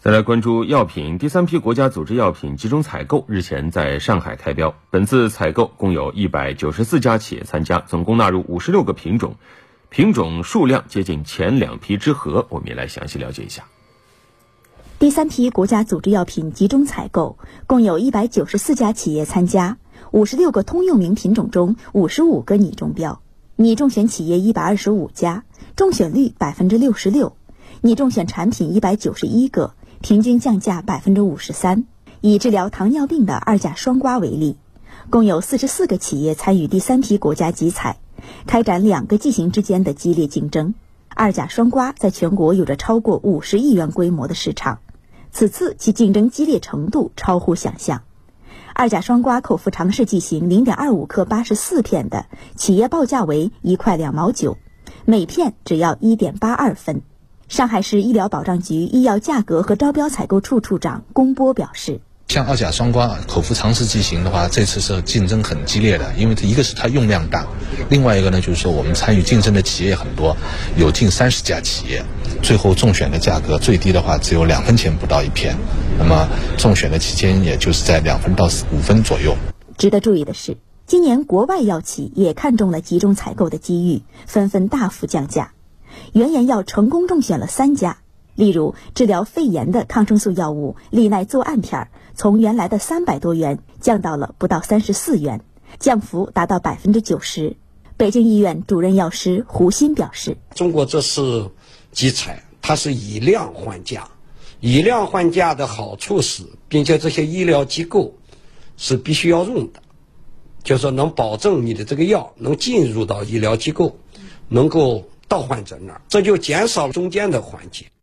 再来关注药品，第三批国家组织药品集中采购日前在上海开标。本次采购共有194家企业参加，总共纳入56个品种，品种数量接近前2批之和。我们也来详细了解一下。 第三批国家组织药品集中采购共有194家企业参加，56个通用名品种中55个拟中标，拟中选企业125家，中选率66%，拟中选产品191个，平均降价53%。以治疗糖尿病的二甲双胍为例，共有44个企业参与第三批国家集采，开展2个剂型之间的激烈竞争。二甲双胍在全国有着超过50亿元规模的市场，此次其竞争激烈程度超乎想象。二甲双胍口服常试剂型0.25克84片的企业报价为1块2毛9，每片只要1.82分。上海市医疗保障局医药价格和招标采购处处长龚波表示， 像二甲双胍口服常试剂型的话，这次是竞争很激烈的，因为一个是它用量大，另外一个呢就是说我们参与竞争的企业很多，有近30家企业，最后中选的价格最低的话只有2分钱不到一片，那么中选的期间也就是在2分到5分左右。 值得注意的是，今年国外药企也看中了集中采购的机遇，纷纷大幅降价。原研药成功中选了3家，例如治疗肺炎的抗生素药物利奈唑胺片从原来的300多元降到了不到34元，降幅达到90%。北京医院主任药师胡鑫表示， 中国这次集采它是以量换价，以量换价的好处是，并且这些医疗机构是必须要用的，就是说能保证你的这个药能进入到医疗机构，能够到患者那儿，这就减少了中间的环节。